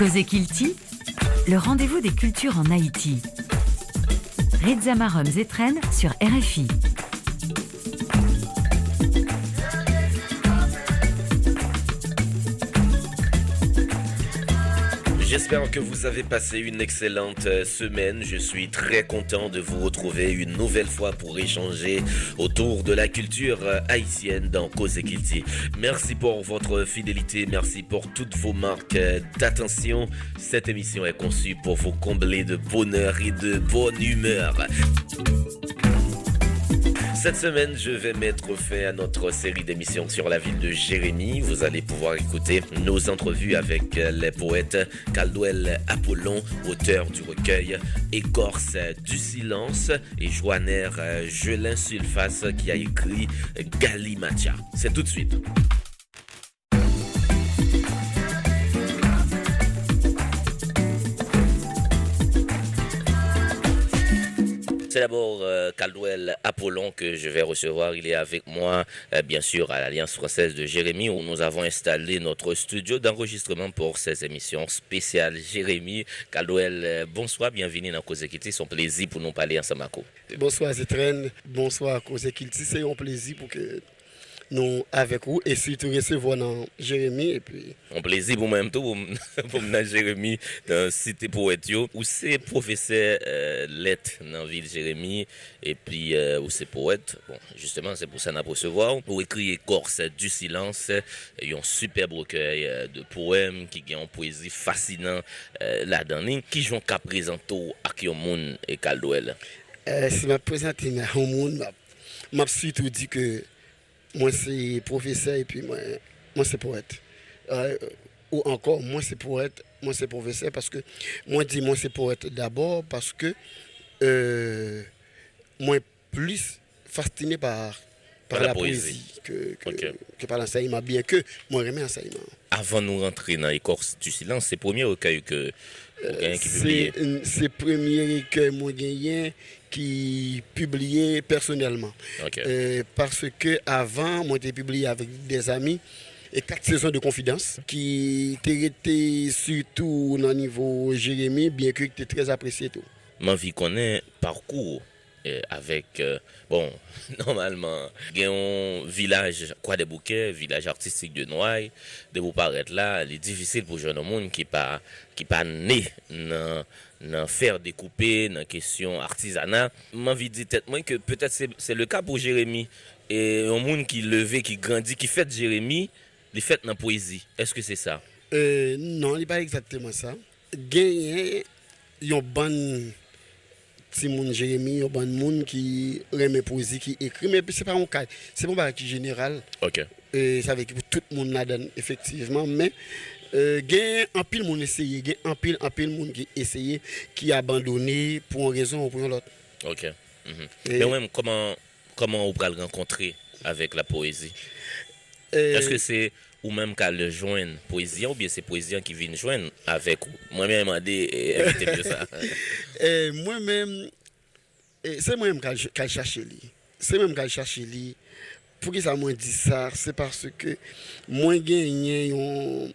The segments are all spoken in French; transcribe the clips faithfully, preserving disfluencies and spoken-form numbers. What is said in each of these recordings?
Cause Kilti, le rendez-vous des cultures en Haïti. Reza Marom Zetren sur R F I. J'espère que vous avez passé une excellente semaine. Je suis très content de vous retrouver une nouvelle fois pour échanger autour de la culture haïtienne dans Cause Kilti. Merci pour votre fidélité, merci pour toutes vos marques d'attention. Cette émission est conçue pour vous combler de bonheur et de bonne humeur. Cette semaine, je vais mettre fin à notre série d'émissions sur la ville de Jérémie. Vous allez pouvoir écouter nos entrevues avec les poètes Caldwell Apollon, auteur du recueil Écorce du silence, et Joanner Jelin Sulfas qui a écrit Galimatia. C'est tout de suite. C'est d'abord euh, Caldwell Apollon que je vais recevoir. Il est avec moi, euh, bien sûr, à l'Alliance française de Jérémie, où nous avons installé notre studio d'enregistrement pour ces émissions spéciales Jérémie. Caldwell, euh, bonsoir, bienvenue dans Cause Kilti. C'est un plaisir pour nous parler ensemble. Bonsoir Zetren, bonsoir Cause Kilti. C'est un plaisir pour que nous avec vous et surtout recevoir dans Jérémie et puis un plaisir pour moi-même tout pour me dans Jérémie dans cité poète où c'est professeur euh, lettres dans ville Jérémie et puis euh, où c'est poète. Bon, justement c'est pour ça qu'on recevoir pour écrire Écorce du silence, un superbe recueil de poèmes qui ont une poésie fascinante euh, là-dedans qui j'ont qu'à présenter à qui au monde et Caldwell. Euh, si m'a présenté à un monde m'a surtout dit que moi c'est professeur et puis moi, moi c'est poète. Euh, ou encore, moi c'est poète, moi c'est professeur parce que moi dis moi c'est poète d'abord parce que euh, moi plus fasciné par, par la, la poésie, poésie que, que, okay. que par l'enseignement, bien que moi j'aime l'enseignement. Avant de nous rentrer dans Écorce du silence, c'est le premier recueil que euh, qui publié. C'est le premier recueil moi gagné qui publié personnellement. Okay. Euh, parce que avant, moi j'ai publié avec des amis et quatre saisons de confidence qui étaient surtout au niveau Jérémie, bien que c'était très apprécié tout. Ma vie connaît parcours euh, avec euh, bon normalement il y a un village quoi des bouquets, village artistique de Noailles, de vous paraître là, il est difficile pour jeune monde qui pas qui pas né dans dans faire découper dans question artisanat. M'a envie de dire peut-être moi que peut-être c'est c'est le cas pour Jérémie et un monde qui levé, qui grandit, qui fait Jérémie, il fait dans poésie. Est-ce que c'est ça? Euh, non, il n'est pas exactement ça. Gagner un bon petit monde Jérémie, un bon monde qui aime poésie, qui écrit, mais c'est pas un cas, c'est pas un qui général. OK. Et ça veut dire que tout le monde là-dedans effectivement, mais Euh, il y a un pile monde essayé, il y a un pile un pile monde qui essayé, qui a abandonné pour une raison ou pour une autre. OK. Mm-hmm. Mais même comment comment on peut le rencontrer avec la poésie? Euh, Est-ce que c'est ou même qu'à le joindre poésien ou bien c'est poésien qui vient joindre avec moi-même demandé et inviter mieux ça? euh, moi-même c'est moi-même qui qui cherche lui. C'est moi-même qui cherche lui. Pour que ça moi dit ça, c'est parce que moi gagné un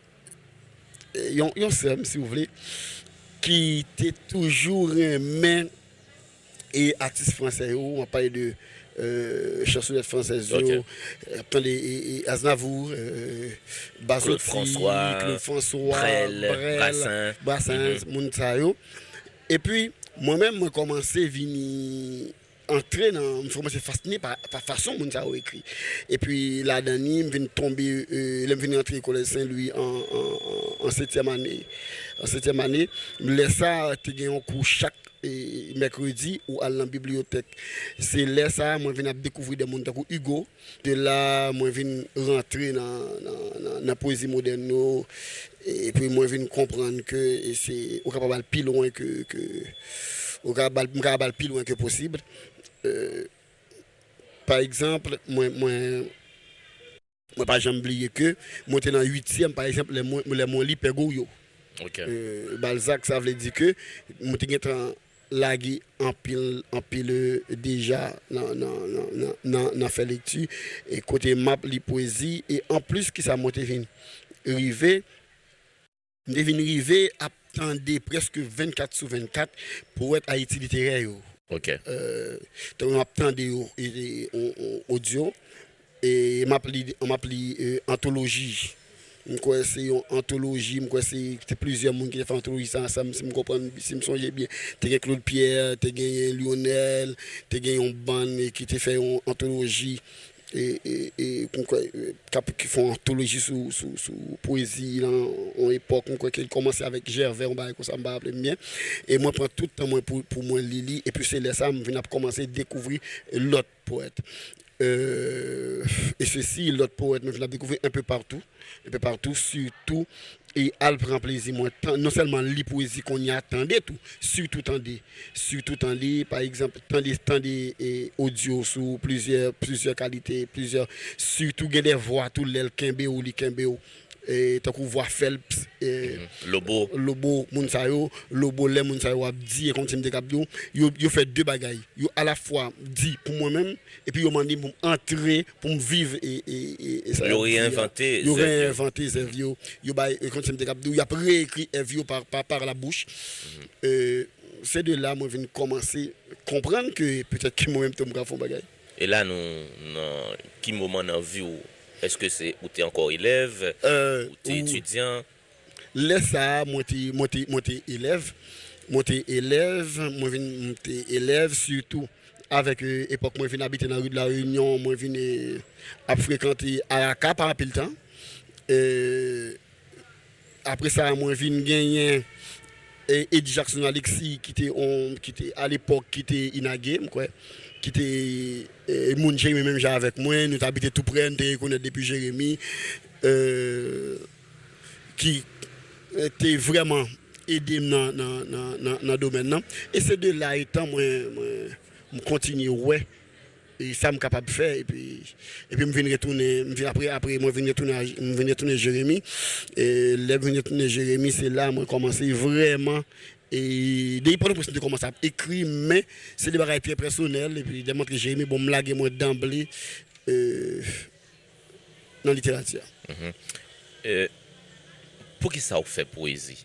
yon yon sem si vous voulez qui était toujours un main et artiste français on parle de euh, chansonnette française okay. euh, Aznavour euh, Bazotti, François Claude François Brel, Brassin Brassin mm-hmm. Et puis moi-même moi commencé venir entrer dans me commencer fasciné par par façon mon ça écrit et puis là dernier me vient tomber euh, me vient entrer au collège Saint-Louis en en en septième année en septième année me laisse ça te gagner un cours chaque et mercredi ou à la bibliothèque c'est là ça moi viens découvrir des monde comme Hugo de là moi viens rentrer dans dans la poésie moderne et puis moi viens comprendre que c'est au capable plus loin que que au capable plus loin que possible. Euh, par exemple, moi, moi, moi pas jamais oublié que moi j'étais dans huitième par exemple les mots les mots Pegouyo. Okay. Euh, Balzac ça veut dire que moi j'étais lagué en pile en pile déjà dans dans dans dans dans faire lecture et côté map li poésie et en plus qui ça monte vinn rivé je suis arrivé à attendre presque vingt-quatre sur vingt-quatre pour être Haïti littéraire. Yo. OK. Euh, donc, on attendait audio et on m'appelait euh, anthologie. Moi, c'est une anthologie, moi, c'est plusieurs personnes qui font anthologie ça ensemble, si je comprends, si je me souviens bien. Tu as Claude Pierre, tu as Lionel, tu as une bande qui t'a fait une anthologie. Et, et, et qui font anthologie sur poésie en époque qui commençait avec Gervais on va ça me rappelle bien et moi prends tout le temps pour pour moi Lili et puis c'est là ça me vient commencer à découvrir l'autre poète euh, et ceci l'autre poète me vient découvrir un peu partout un peu partout surtout et elle prend plaisir moi non seulement les poésie qu'on y attendait tout surtout tendez surtout tendez par exemple tendez tendez et audio sur plusieurs plusieurs qualités plusieurs surtout des voix tout l'el kembe ou li kembe ou et tant qu'on voit Phelps et Lobo Lobo Mounsayo Lobo les Mounsayo a dit comme Tim de Capdou yo yo fait deux bagailles yo à la fois dit pour moi-même et puis yo m'a dit pour entrer pour me vivre et et et ça yo réinventé yo réinventé Zevio yo ba comme Tim de Capdou il a réécrit Evio par, par par la bouche mm-hmm. euh, c'est de là moi viens commencer comprendre que peut-être que moi-même tu me faire bagaille et là nous non qui moment dans vie est-ce que c'est où tu es encore élève euh, ou tu es étudiant? Laisse ça, moi tu moi tu moi tu élève, moi tu élève, moi viens élève surtout avec euh, époque moi viens habiter dans la rue de la Réunion, moi viens euh, à fréquenter Araka par peu de temps. Euh, après ça moi viens gagner et Eddie Jackson Alexis qui était on qui était à l'époque qui était Inagé quoi qui était mon Jérémy même avec moi nous habiter tout près nous connaître depuis Jérémy euh, qui était vraiment aidé dans dans dans dans domaine là et c'est de là étant moi moi continuer ouais et ça me capable de faire et puis et puis me venir retourner après après moi venir retourner me venir retourner Jérémy et là venir retourner Jérémy c'est là moi commencer vraiment et des pas de commencer à écrire mais c'est des bagages personnels et puis démontrer Jérémy bon me laguer moi d'emblée euh, dans la littérature. Mm-hmm. euh, pour qui ça vous fait poésie?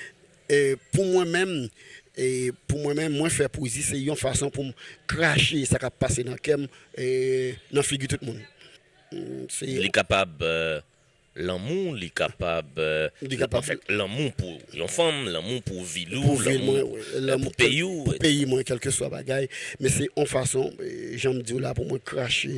Et pour moi-même et pour moi-même moi faire poésie c'est une façon pour me cracher ça qui passe dans kem et dans figure tout le monde. C'est il est capable euh... l'amour est capable euh, en fait l'amour pour une femme l'amour pour vilou l'amour pour pays pour pays moi quel que soit bagaille mais c'est en façon j'aime dire là pour moi cracher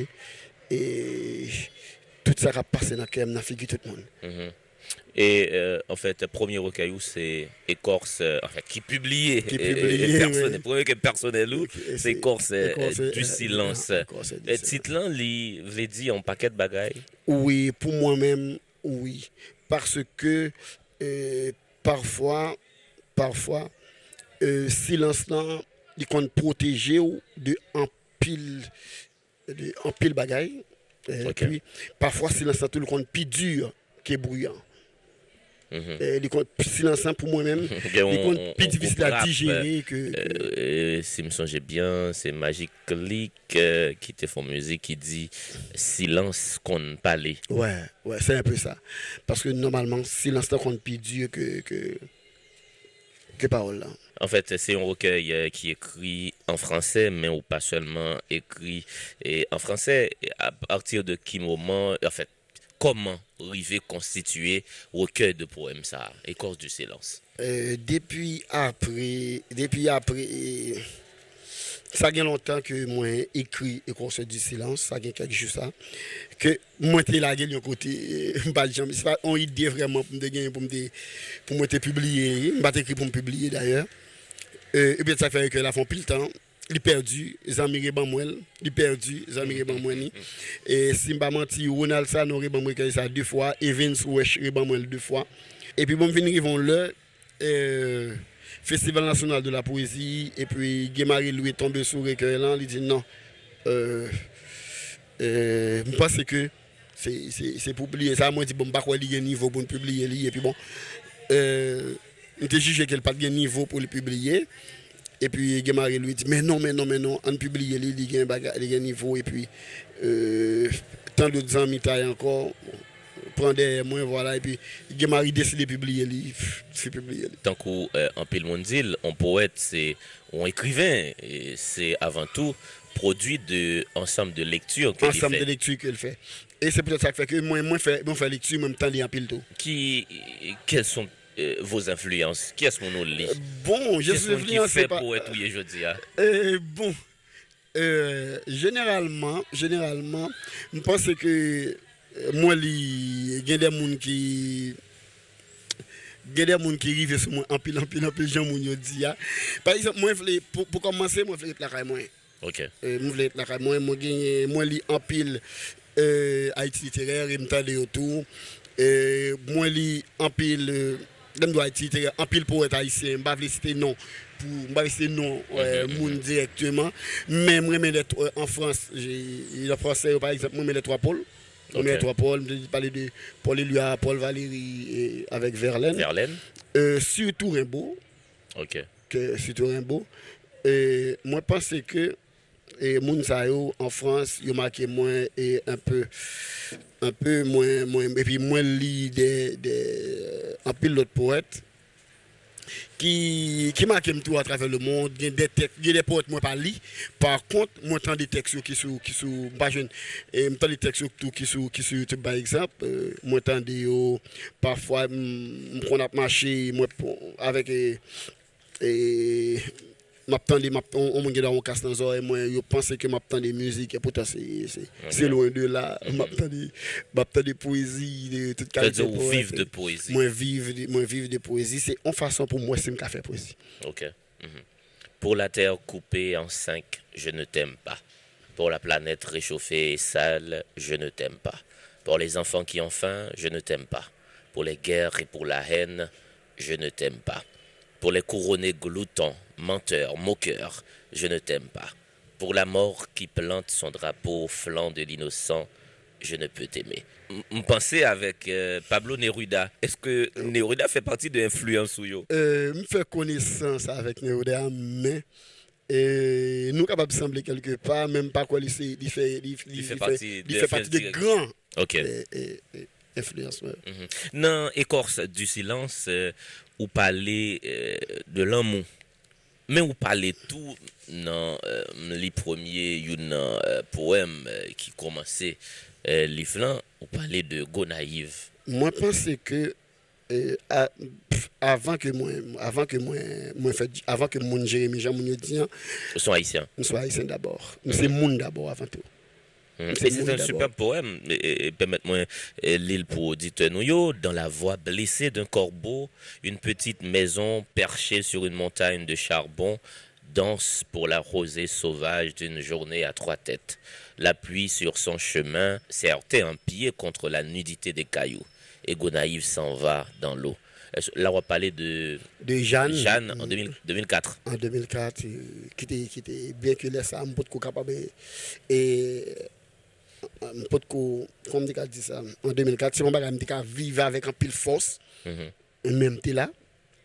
et tout ça qui passe dans kem dans figure tout le monde. Mm-hmm. Et euh, en fait, le premier recueil, c'est Écorce, euh, en fait, qui publié, qui publié, personne, oui. premier que personnel, okay, c'est Écorce euh, du euh, silence. Le titre là, il veut dire un paquet de bagailles. Oui, pour moi-même, oui, parce que euh, parfois, parfois, euh, silence là, il compte protéger de en pile, de en pile bagaille. Et okay. Puis parfois silence là, tout le compte plus dur que bruyant. Mm-hmm. Euh, les silence pour moi-même, les plus difficile à digérer que. que... Euh, si me songe bien, c'est Magic Click euh, qui te font musique qui dit silence qu'on ne parle. Ouais, ouais, c'est un peu ça. Parce que normalement, silence là qu'on plus dur que que que parole là. En fait, c'est un recueil euh, qui est écrit en français, mais ou pas seulement écrit et en français. À partir de quel moment, en fait. Comment arriver constituer recueil de poèmes ça Écorce du silence euh, depuis après depuis après ça fait longtemps que moi écrit Écorce du silence ça fait quelques jours ça que moi t'ai lagué de côté pas jamais c'est pas une idée vraiment pour me gagner pour me pour moi te publier pas écrit pour me publier d'ailleurs euh, et bien ça fait que la font pile temps il perdu Zamiri Bamwel il perdu Zamiri Bamwel et Simba Menti Ronald Sanori Bamwel ça deux fois Evans Wesh Bamwel deux fois et puis bon venir ils vont le euh, Festival national de la poésie et puis Guémari Louis tombé sur recueil là il dit non euh euh je pense que c'est c'est c'est publié ça moi dit bon pas quoi il y a niveau pour publier et puis bon euh il était jugé qu'elle pas de niveau pour le publier. Et puis Guémari lui dit mais non mais non mais non on publie les il y a un bagage il y a un niveau et puis euh, tant d'autres amis taille encore prend des moi voilà et puis Guémari décide de publier lui, c'est publié. Tant qu'en euh, pile monde dit, un poète c'est un écrivain et c'est avant tout produit de ensemble de lectures que ensemble fait. de lectures qu'elle fait. Et c'est peut-être ça qui fait que moi moi fait moi fait lecture même temps en pile tout. Qui quelles sont euh, vos influences? Qui est-ce que nous lit? Bon, je suis influencé par poète oui aujourd'hui. Euh, bon euh, généralement généralement je pense que euh, moi il y a des gens qui il y a des gens qui arrivent sur moi en pile en pile en pile gens moun yo dit ya. Par exemple moi pour, pour commencer moi je veux la moi. OK. Euh, moi je la moi moi gagner moi li en pile euh Haïti littéraire et m'tande autour euh moi li en pile euh, Dem doit être en pile poète haïtien, m'pa vle citer non pour m'pa citer non euh, moun directement, mais moi mais en France, j'ai le français par exemple, moi mais les trois pôles. On met les trois pôles, je parler de Paul Éluard, Paul Valéry et avec Verlaine. Verlaine. Euh, surtout Rimbaud. OK. Que surtout Rimbaud. Et moi je pense que et moun sa yo en France, yo marqué moins et un peu un peu moins moins et puis moins li des des en pile d'autres poètes qui qui marquent tout à travers le monde, il y a des textes, il y a des poètes moi pas li. Par contre, moi entend des textes qui sont qui sont pas jeunes et m'entend des textes tout qui sont qui sont par exemple, euh, moi entend des parfois on a marché moi avec et, et m'attendais on on dans on casse dans oreille moi je pensais que m'attendais musique et pourtant c'est c'est c'est loin de là m'attendais m'attendais poésie de toute qualité de vivre de poésie moi vivre moi vivre de poésie c'est une façon pour moi c'est me faire poésie. OK. Mm-hmm. Pour la terre coupée en cinq, je ne t'aime pas. Pour la planète réchauffée et sale, je ne t'aime pas. Pour les enfants qui ont faim, je ne t'aime pas. Pour les guerres et pour la haine, je ne t'aime pas. Pour les couronnés gloutons, menteurs, moqueurs, je ne t'aime pas. Pour la mort qui plante son drapeau au flanc de l'innocent, je ne peux t'aimer. Je pensais avec euh, Pablo Neruda. Est-ce que Neruda fait partie de l'influence ou yo? Euh, me fait connaissance avec Neruda, mais et nous capables de sembler quelque part, même pas quoi il fait, il fait, il fait, il fait partie, il fait partie des grands. OK. Et, et, et, influence. Ouais. Mm-hmm. Non, écorce du silence, euh, ou parler euh, de l'amour. Mais ou parler tout dans euh, les premiers euh, poèmes euh, qui commençaient euh, les flancs, ou parler de Gonaïve. Moi, je pense que euh, à, pff, avant que moi, avant que moi, moi fait, avant que mon Jérémy Jean Mounio dit, Ce sont haïtiens. nous sommes haïtiens d'abord. Mm-hmm. C'est monde d'abord avant tout. Mmh. C'est, c'est un super poème. Et, et permettez-moi l'île pour auditeur nous. Dans la voix blessée d'un corbeau, une petite maison perchée sur une montagne de charbon danse pour la rosée sauvage d'une journée à trois têtes. La pluie sur son chemin s'est heurtée un pied contre la nudité des cailloux. Et Gonaïve s'en va dans l'eau. Là, on va parler de, de Jeanne, Jeanne en deux mille, deux mille quatre. En deux mille quatre, qui était, qui était bien que laisse ça, un peu de capable. Et un peu de comme on dit ça, en deux mille quatre, c'est mon bagage qui vivre avec un pile force, mm-hmm. Et même t'es là.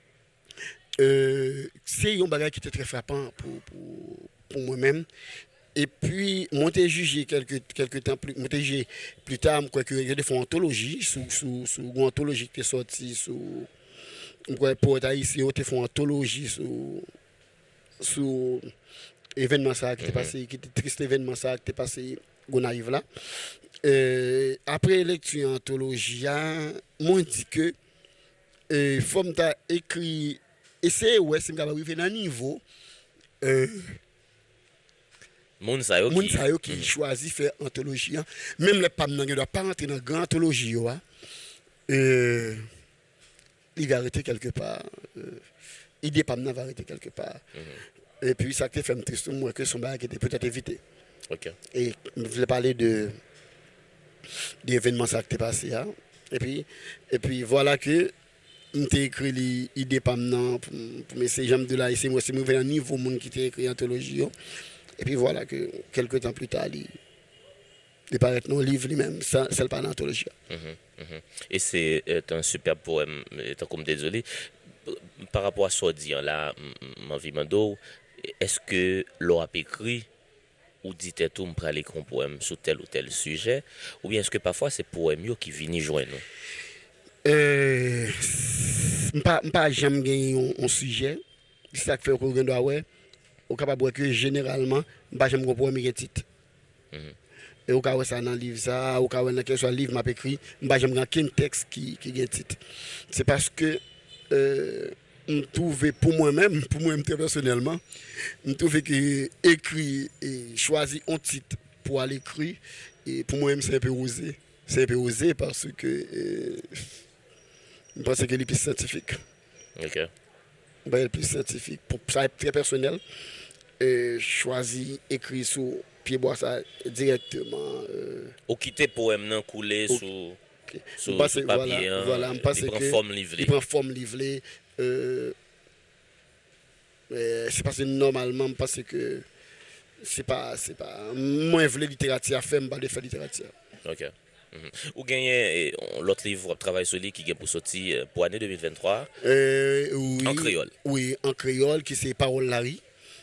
Euh, c'est un bagage qui était très frappant pour, pour, pour moi-même. Et puis, moi, j'ai jugé quelques, quelques temps plus, moi, j'ai plus tard, quoi que j'ai fait une anthologie, sous, sous, sous une anthologie qui est sortie, sous, quoi, pour haïtien, j'ai fait une anthologie sous, sous événement ça qui était passé, qui était triste événement ça qui était passé, on arrive là. Euh, après lecture anthologie, moi, dit que, euh, faut m'ta écrit, et c'est, ouais, c'est m'ta arrivé dans un niveau, euh, Moun sa yo qui, qui mm-hmm. choisit faire anthologie, hein. Même les femmes ne doivent pas rentrer dans la grande anthologie, hein. euh, il va arrêter quelque part. Euh, L'idée pas va arrêter quelque part. Mm-hmm. Et puis ça qui fait triste moi que son bac était peut-être évité. Okay. Et je voulais parler de d'événements ça qui est passé, hein. Et puis et puis voilà que j'ai écrit l'idée pas maintenant pour mes j'aime de là et c'est moi c'est un niveau monde qui t'a écrit anthologie. Et puis voilà que quelques temps plus tard, il, il paraît non livre lui-même, ça c'est pas l'anthologie. Mm-hmm, mm-hmm. Et c'est euh, un super poème, étant comme désolé. Par rapport à ce dit là, Manvi Mando, est-ce que l'on a écrit ou dit tout me prendre un poème sur tel ou tel sujet, ou bien est-ce que parfois c'est poème qui viennent joindre nous? Euh, pas pas jamais gagné un sujet. C'est ça que fait qu'on doit ouais. Au capable que généralement, pas jamais un poème qui est titre. Et au cas où ça dans livre ça, au cas où dans quel soit livre m'a écrit, pas jamais un texte qui qui est titre. C'est parce que euh, je trouve pour moi-même, pour moi très personnellement, je trouve que écrit et choisir un titre pour aller écrire, et pour moi-même c'est un peu osé. C'est un peu osé parce que euh, je pense que c'est plus scientifique. Ok. Ben, plus scientifique. Pour ça être très personnel, euh, choisir écrire sur pied bois ça directement. Euh, Ou quitter poème non couler okay. sur Okay. sur Parce, sur papier. voilà, Hein, voilà, il prend que forme livrée. Il prend forme livrée. Euh, euh, c'est parce que normalement, parce que c'est pas, c'est pas. Moi, je voulais littérature à faire, je ne faire littérature. Ok. Mm-hmm. Ou gagner l'autre livre travail sur lui qui est pour sortir pour l'année deux mille vingt-trois euh, oui, en créole. Oui, en créole, qui c'est Parole Larry.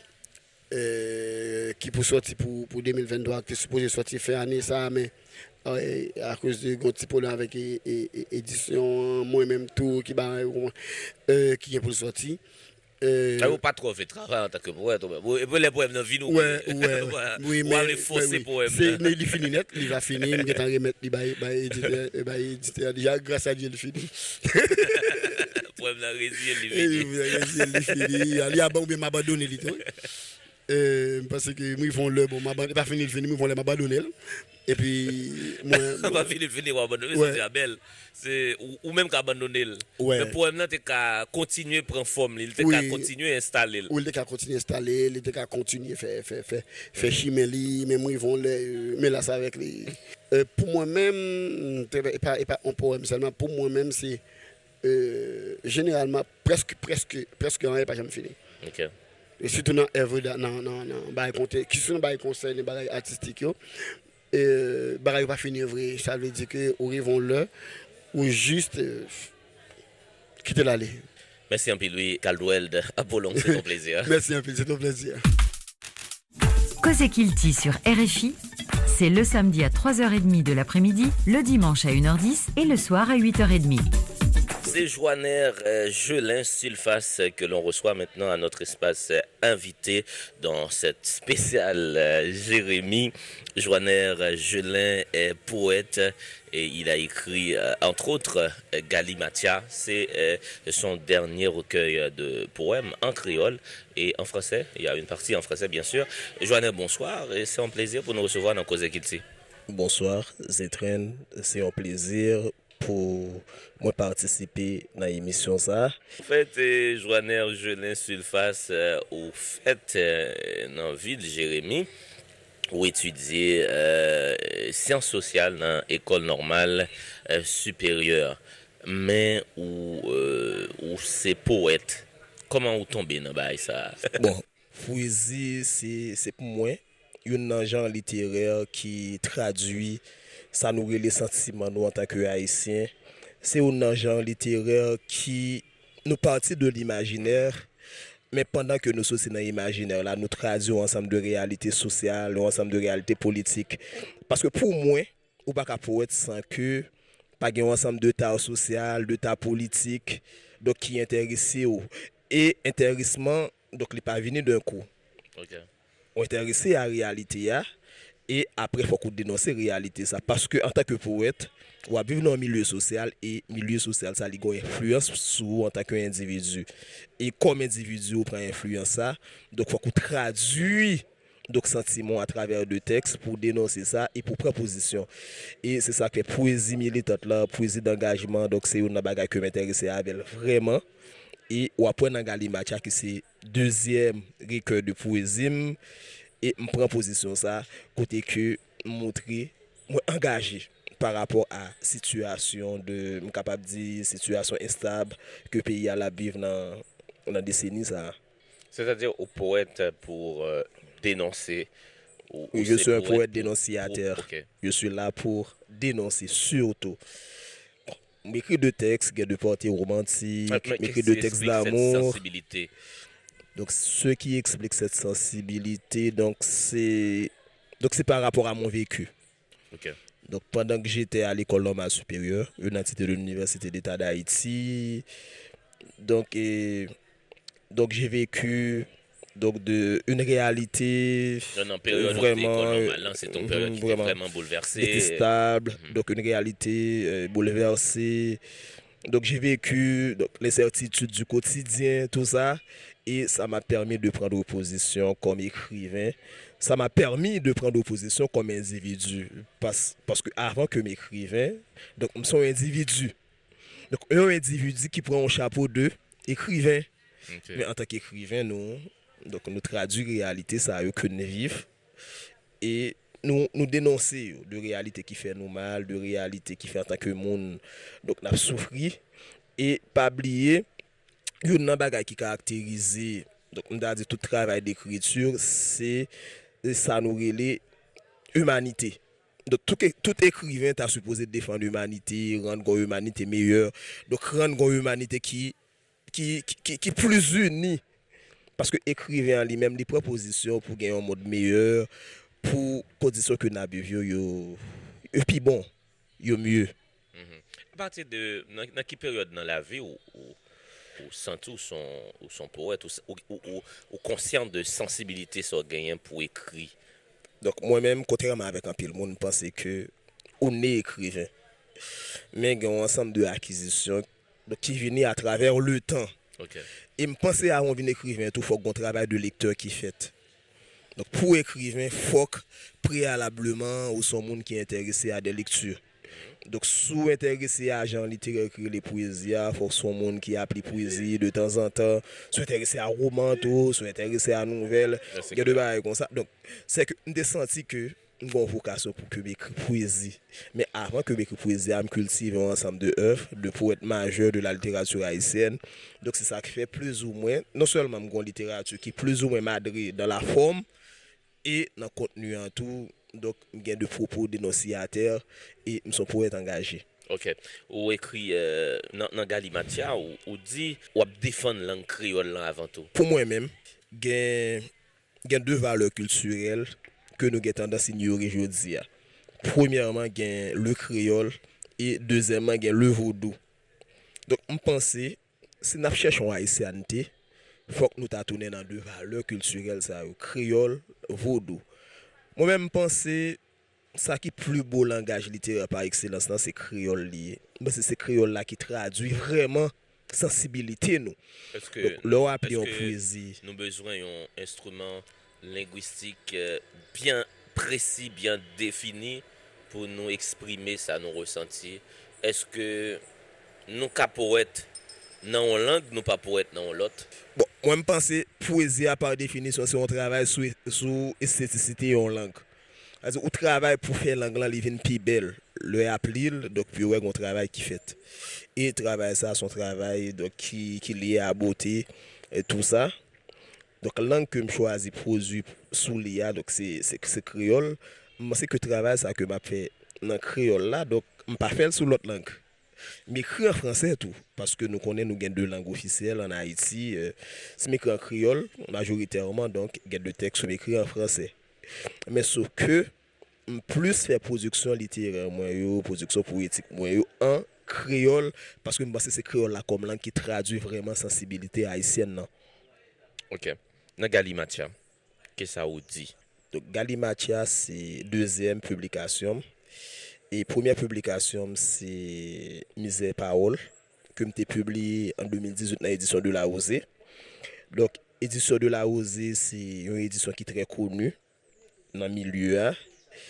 Euh, qui pour sortir pour, pour deux mille vingt-trois, qui est supposé sortir fin année, ça, mais euh, à cause de gros petit problème avec l'édition, moi-même tout, qui, bah, euh, qui est pour sortir. Euh, ah, vous pas trop fait travail en tant que poète. Et puis les poèmes dans vie, nous. Ouais, ouais. Oui, mais. les forcer poèmes. Mais il finit net, il va finir, il va remettre, il va éditer. Déjà, grâce à Dieu, il finit. Poème la résilience, il finit. Il finit. Il y a bon, mais m'abandonner, il Euh, parce que moi ils font le bon m'abandonner pas fini le fini ils vont les m'abandonner et puis moi pas fini le fini m'abandonner c'est belle c'est ou, ou même qu'abandonner ouais. Le poème là t'es qu'à continuer prendre forme il t'es qu'à continuer installer ou il t'es qu'à continuer installer il t'es qu'à continuer faire faire faire faire chimeli mais moi ils vont les mais là ça avec les euh, pour moi même et pas et pas un poème seulement pour moi même c'est euh, généralement presque presque presque rien pas jamais fini. OK. Et surtout dans œuvre dans dans dans bail côté qui sont bail concerne bail artistique yo et bail pas finir vrai ça veut dire que au rivon là ou juste euh, quitter l'aller. Merci un peu Louis Caldwell Apollon, c'est ton plaisir. Merci un peu, c'est ton plaisir. Cause Kilti sur R F I, c'est le samedi à trois heures trente de l'après-midi, le dimanche à une heure dix et le soir à huit heures trente. C'est Joanner euh, Gelin Sulface que l'on reçoit maintenant à notre espace euh, invité dans cette spéciale euh, Jérémie. Joanner Gelin est poète et il a écrit euh, entre autres euh, Galimatia. C'est euh, son dernier recueil de poèmes en créole et en français. Il y a une partie en français bien sûr. Joanner, bonsoir et c'est un plaisir pour nous recevoir dans Cause Kilti. Bonsoir Zétren, c'est un plaisir pour moi participer dans l'émission ça. En fait, Joanner Gelin Sulface euh, au fait euh, dans la ville de Jérémie où étudier euh, sciences sociales dans l'école normale euh, supérieure, mais où euh, où c'est poète. Comment vous tombez dans ça? Bon, poésie c'est c'est pour moi un genre littéraire qui traduit ça nous les sentiments nous en tant que haïtiens. C'est un genre littéraire qui nous partit de l'imaginaire, mais pendant que nous sommes dans l'imaginaire, là, nous traduisons ensemble de réalités sociales, ensemble de réalités politiques. Parce que pour moi, ou pas qu'à poète sans que pas un ensemble de tas social, de tas politique, donc qui intéresse et intéressement donc il pas venu d'un coup. OK. On intéressé à la réalité et après il faut qu'on dénonce la réalité ça parce que en tant que poète on va vivre dans un milieu social et milieu social ça a une influence sur en tant qu'individu et comme individu on prend influence ça donc il faut qu'on traduit donc sentiment à travers de textes pour dénoncer ça et pour prendre position et c'est ça que poésie militante là poésie d'engagement donc c'est une bagaille que m'intéresse avec vraiment et ou après dans Galimatia qui c'est deuxième recueil de poésie et me prend position ça côté que montrer moi engagé par rapport à situation de capable dire situation instable que pays à la vivre dans dans décennie ça. C'est-à-dire au poète pour euh, dénoncer ou, oui, ou je suis un poète pour, dénonciateur. Pour, okay. Je suis là pour dénoncer surtout. M'écrit de textes, de portée romantique, m'écrit de textes d'amour. Donc ce qui explique cette sensibilité donc c'est Donc c'est par rapport à mon vécu. Ok. Donc pendant que j'étais à l'école normale supérieure, une entité de l'Université d'État d'Haïti, donc, et, donc j'ai vécu donc de une réalité Non, non, période vraiment normale, c'est ton période qui vraiment, est vraiment bouleversée. Détestable, Mm-hmm. donc une réalité euh, bouleversée. Donc j'ai vécu donc, les certitudes du quotidien, tout ça, et ça m'a permis de prendre position comme écrivain. Ça m'a permis de prendre position comme individu. Parce, parce que avant que m'écrivain, donc je suis un individu. Donc un individu qui prend un chapeau de écrivain. Okay. Mais en tant qu'écrivain, nous, donc nous traduisons réalité, ça a eu que nous vivons. Et nous, nous dénoncer de réalité qui fait nous mal, de réalité qui fait en tant que monde, donc nous avons souffert. Et pas oublier, il y a un bagage qui caractérise, donc on a dit tout travail d'écriture, c'est ça nous relève humanité. Donc tout, tout écrivain t'a supposé défendre l'humanité, rendre l'humanité meilleure, donc rendre l'humanité qui qui qui qui plus unie. Parce que écrivain lui-même des propositions pour gagner un monde meilleur, pour condition que n'a vivre yo et puis bon, yo mieux. Mm-hmm. À partir de dans quelle période dans la vie où ou senti ou son ou son poète ou ou, ou, ou conscient de sensibilité sur gagner pour écrire. Donc moi-même contrairement avec un pile monde pensais que on est écrivain. Mais il y a un ensemble de acquisitions qui viennent à travers le temps. Okay. Et me penser à on vient écrivain tout faut qu'on travail de lecteur qui fait. Donc pour écrivain, faut que préalablement ou son monde qui est intéressé à des lectures. Donc sous intéressé à genre littéraire écrire les poésies, faut que son monde qui appelle poésie de temps en temps, soit intéressé à roman tout, soit intéressé à nouvelles, il y a deux bails comme ça. Donc c'est que on senti que une vocation pour que m'écrire poésie. Mais avant que m'écrire poésie, je cultive un ensemble de œuvres de poètes majeurs de la littérature haïtienne. Donc c'est ça qui fait plus ou moins, non seulement une littérature qui est plus ou moins madrée dans la forme et dans le contenu en tout. Donc il y a de propos dénonciateurs et nous sommes poètes engagés. OK. Ou écrit euh, dans Galimatia ou, ou dit ou défendre langue créole avant tout. Pour moi-même, il y a deux valeurs culturelles que nous avons tendance à ignorer aujourd'hui. Premièrement, il y a le créole et deuxièmement, il y a le vaudou. Donc, je pense que si nous cherchons à haïtienneté, il faut que nous tournions dans deux valeurs culturelles, ça, créole, vaudou. Moi-même, je pense que ça qui est plus beau langage littéraire par excellence, c'est créole lié. C'est ce créole là qui traduit vraiment sensibilité nous. Est-ce que donc, là, on appelle en poésie. Nous besoin d'un instrument linguistique bien précis, bien défini pour nous exprimer ça, nous ressentir. Est-ce que nous cas poètes dans une langue, nous pas poètes dans l'autre? Bon, moi je pense que poésie par définition c'est un travail sur sur esthéticité en langue. Also, on travaille pour faire langue là, il vient plus belle. Le appeler donc puis ouais, on travail qui fait. Et travail ça son travail donc qui qui lié à beauté et tout ça. Donc la langue que je choisis produit sous l'I A donc c'est c'est c'est créole. Moi c'est que travail ça que m'a fait dans créole là donc on pas faire sous l'autre langue. Mais écrit en français tout parce que nous connaissons nous gain deux langues officielles en Haïti, euh, c'est écrit en créole majoritairement donc il y a deux textes écrits en français. Mais sauf que plus faire production littéraire moi yo, production poétique moi yo en créole parce que je pense que c'est créole là comme langue qui traduit vraiment sensibilité haïtienne non. OK. Dans Galimatia, qu'est-ce que ça vous dit? Donc Galimatia c'est deuxième publication et première publication c'est Misère Parole que m'était publié en deux mille dix-huit dans l'édition de la Osée. Donc édition de la Osée c'est une édition qui est très connue dans le milieu hein.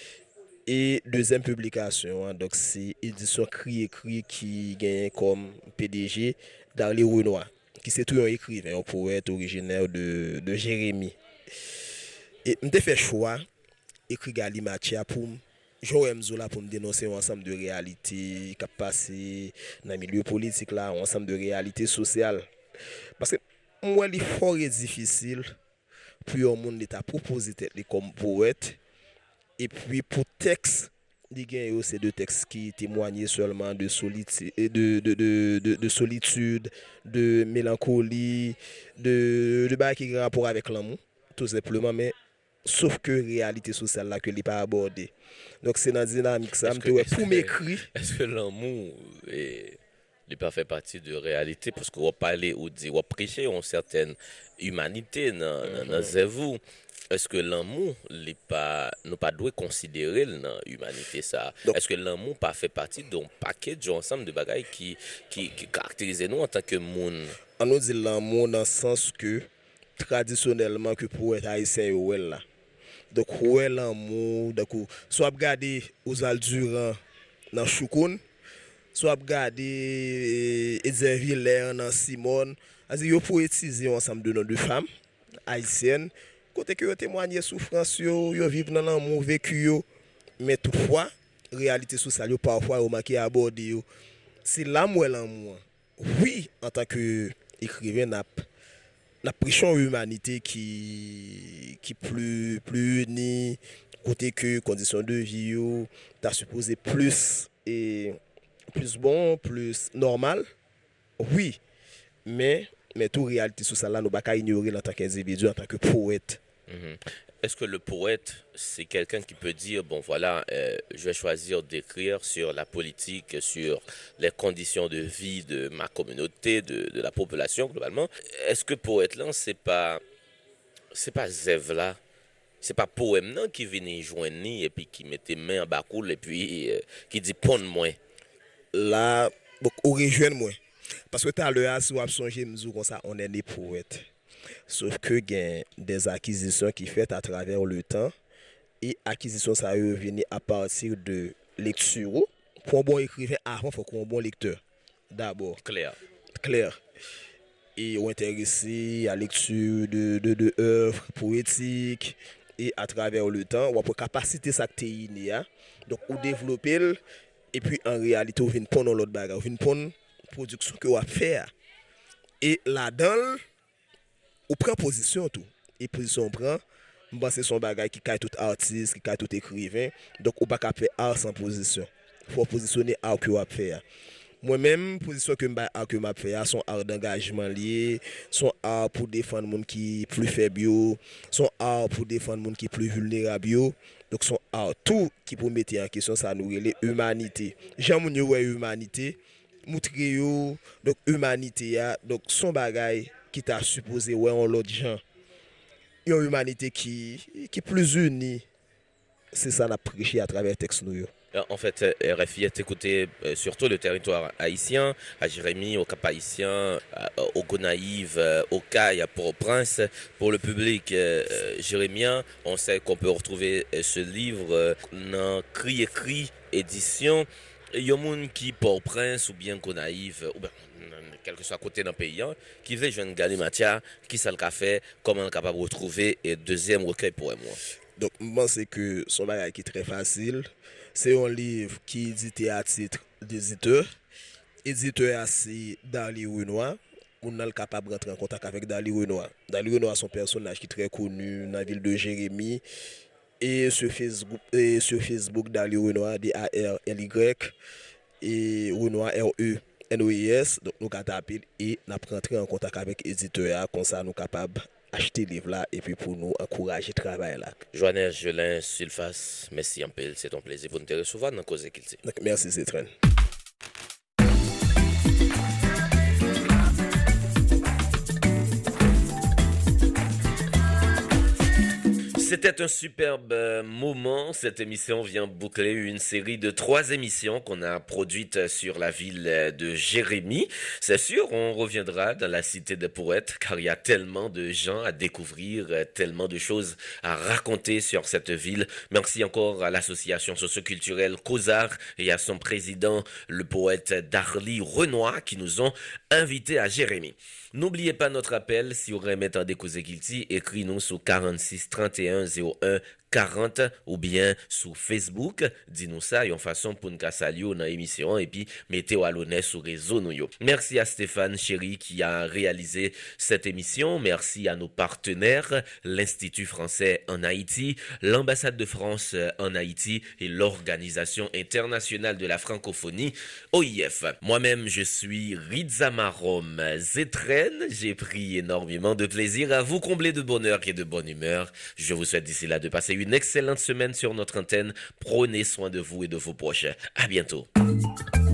Et deuxième publication hein, donc c'est édition Cri écrit qui gagne comme P D G Darley Renoir qui c'est tout un écrivain un poète originaire de de Jérémie. Et m'te fait choix écrit Galimatia pour Joël Mzola pour me dénoncer un ensemble de réalités qui a passé dans le milieu politique là, un ensemble de réalités sociales. Parce que moi il est fort et difficile pour un monde d'état proposer tête comme poète et puis pour texte il c'est deux textes qui témoignent seulement de solitude de de de de, de solitude, de mélancolie, de de bail qui a rapport avec l'amour tout simplement mais sauf que réalité sociale là que n'est pas abordée. Donc c'est dans la dynamique ça, Est-ce me que, dit, ouais, est-ce pour que, m'écrire, est-ce que l'amour n'est pas fait partie de réalité parce qu'on parle ou dit, on prêcher une certaine humanité dans dans dans vous. Est-ce que l'amour n'est pas nous pas doit considérer dans l'humanité ça? Donc- Est-ce que l'amour pas fait partie d'un paquet ensemble de bagailles qui qui qui caractérisent nous en tant que monde? on nous dit l'amour dans le sens que traditionnellement que pour être haïtien yo ouais là. Donc ouais l'amour, donc soit regarder aux Durand dans Choukoun, soit regarder Ezer Villers dans Simone, c'est yo poétiser ensemble de noms de femmes haïtiennes côté que yo témoigner souffrance yo, yo vivre dans l'amour vécu yo, mais toutefois réalité sociale yo parfois yo manqué aborder yo. C'est l'amour l'amour. Oui, en tant que écrivain n'a la prêchons humanité qui qui plus plus unie côté que conditions de vie yo t'as supposé plus et plus bon plus normal oui mais mais tout réalité sur ça là nous pas qu'à ignorer en tant qu'individu en tant que poète. Mhm. Est-ce que le poète, c'est quelqu'un qui peut dire, bon voilà, euh, je vais choisir d'écrire sur la politique, sur les conditions de vie de ma communauté, de, de la population globalement. Est-ce que poète là, c'est pas, c'est pas zève là, c'est pas poème là qui vient joindre ni et puis qui mettait main en bas coule et puis euh, qui dit pon moi. Là bon, ou rejoindre moi parce que tout à l'heure si on a songé me comme ça on est des poètes. Sauf que il y a des acquisitions qui faites à travers le temps et acquisition ça revient à partir de lecture. Pour un bon écrivain avant il faut qu'on un bon lecteur d'abord Clair. clair et ou intéressé à lecture de de de œuvres poétiques et à travers le temps ou pour capacité ça que tu as donc ou développer le, et puis en réalité on vient prendre l'autre bagarre on vient prendre production que on va faire et là-dedans ou prend position tout et position on prend m'pense c'est son bagage qui caille tout artiste qui caille tout écrivain donc ou pas qu'à faire art sans position faut positionner art que on faire moi-même position que m'a art que m'a faire son art d'engagement lié son art pour défendre monde qui plus faible yo son art pour défendre monde qui plus vulnérable yo donc son art tout qui pour mettre en question ça nous relève humanité Jean moun yo ouais humanité montrer yo donc humanité a donc son bagage qui t'a supposé ouais en l'autre gens une humanité qui qui plus unie c'est ça n'a prêché à travers texte nous yo. En fait, R F I est écouté euh, surtout le territoire haïtien, à Jérémie, au Cap-Haïtien, au Gonaïve, euh, au Caille, à Port-au-Prince. Pour le public euh, jérémien, on sait qu'on peut retrouver euh, ce livre euh, dans Cri écrit édition. Il y a des gens qui Port-au-Prince ou bien Gonaïve, ou bien quel que soit côté d'un pays, hein, qui veut jeune Gali Matia, qui ça le café, comment on est capable de retrouver et deuxième recueil pour moi. Donc, je pense que son bagage qui est très facile. C'est un livre qui est édité à titre d'éditeur. Éditeur, c'est Dali Renoir. On est capable de rentrer en contact avec Dali Renoir. Dali Renoir, c'est un personnage qui est très connu dans la ville de Jérémie. Et sur Facebook, et sur Facebook Dali Renoir, D A R L Y. Et Renoir, R E N O I S. Donc, nous avons tapé et nous avons rentré en contact avec l'éditeur. Comme ça, nous sommes capables acheter le livre là et puis pour nous encourager le travail là. Joannès Jelin Sulfas, merci un peu, c'est un plaisir pour nous te recevoir dans Cause Kilti. Merci Citron. C'était un superbe moment. Cette émission vient boucler une série de trois émissions qu'on a produites sur la ville de Jérémie. C'est sûr, on reviendra dans la cité des poètes car il y a tellement de gens à découvrir, tellement de choses à raconter sur cette ville. Merci encore à l'association socioculturelle Causard et à son président, le poète Darly Renoir, qui nous ont invités à Jérémie. N'oubliez pas notre appel, si vous remettez en découvrir Kilti, écris-nous sur quarante-six trente et un zéro un quarante ou bien sur Facebook. Dis-nous ça, une façon pour nous saluer dans l'émission et puis mettez à l'honneur sur les réseaux. Nous. Merci à Stéphane Chéri qui a réalisé cette émission. Merci à nos partenaires, l'Institut français en Haïti, l'ambassade de France en Haïti et l'Organisation internationale de la francophonie, O I F. Moi-même, je suis Rizamarom Zetren. J'ai pris énormément de plaisir à vous combler de bonheur et de bonne humeur. Je vous souhaite d'ici là de passer une excellente semaine sur notre antenne. Prenez soin de vous et de vos proches. À bientôt.